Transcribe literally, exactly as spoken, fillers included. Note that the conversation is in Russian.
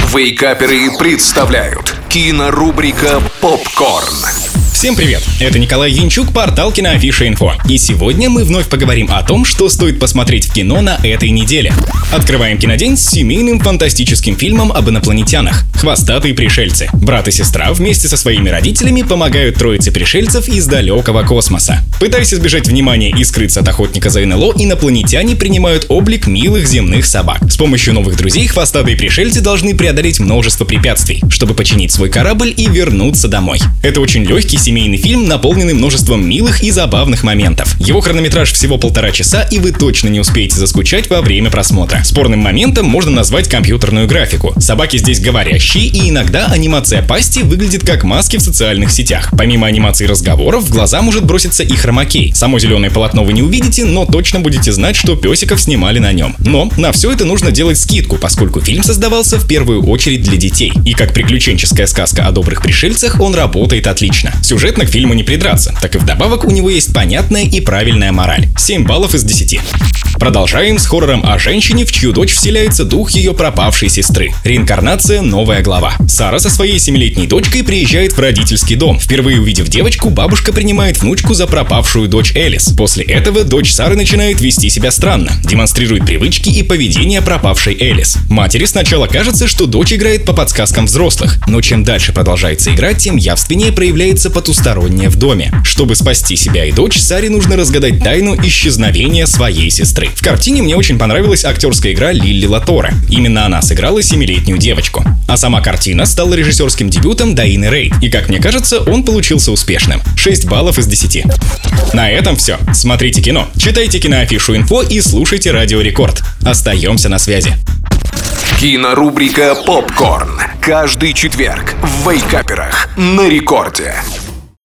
Вейкаперы представляют кинорубрика «Попкорн». Всем привет! Это Николай Янчук, портал Киноафиша.Инфо. И сегодня мы вновь поговорим о том, что стоит посмотреть в кино на этой неделе. Открываем кинодень с семейным фантастическим фильмом об инопланетянах «Хвостатые пришельцы». Брат и сестра вместе со своими родителями помогают троице пришельцев из далекого космоса. Пытаясь избежать внимания и скрыться от охотника за эн эл о, инопланетяне принимают облик милых земных собак. С помощью новых друзей хвостатые пришельцы должны преодолеть множество препятствий, чтобы починить свой корабль и вернуться домой. Это очень легкий семейный фильм, наполненный множеством милых и забавных моментов. Его хронометраж всего полтора часа, и вы точно не успеете заскучать во время просмотра. Спорным моментом можно назвать компьютерную графику. Собаки здесь говорящие, и иногда анимация пасти выглядит как маски в социальных сетях. Помимо анимации разговоров, в глаза может броситься и хромакей. Само зеленое полотно вы не увидите, но точно будете знать, что песиков снимали на нем. Но на все это нужно делать скидку, поскольку фильм создавался в первую очередь для детей. И как приключенческая сказка о добрых пришельцах, он работает отлично. Сюжетно к фильму не придраться, так и вдобавок у него есть понятная и правильная мораль. семь баллов из десяти. Продолжаем с хоррором о женщине, в чью дочь вселяется дух ее пропавшей сестры. Реинкарнация, новая глава. Сара со своей семилетней дочкой приезжает в родительский дом. Впервые увидев девочку, бабушка принимает внучку за пропавшую дочь Элис. После этого дочь Сары начинает вести себя странно, демонстрирует привычки и поведение пропавшей Элис. Матери сначала кажется, что дочь играет по подсказкам взрослых, но чем дальше продолжается игра, тем явственнее проявляется потустороннее в доме. Чтобы спасти себя и дочь, Саре нужно разгадать тайну исчезновения своей сестры. В картине мне очень понравилась актерская игра Лилли Латоре. Именно она сыграла семилетнюю девочку. А сама картина стала режиссерским дебютом Дайаны Рейд. И, как мне кажется, он получился успешным. шесть баллов из десяти. На этом все. Смотрите кино, читайте Киноафишу.Инфо и слушайте Радио Рекорд. Остаемся на связи. Кинорубрика «Попкорн». Каждый четверг в Вейкаперах на Рекорде.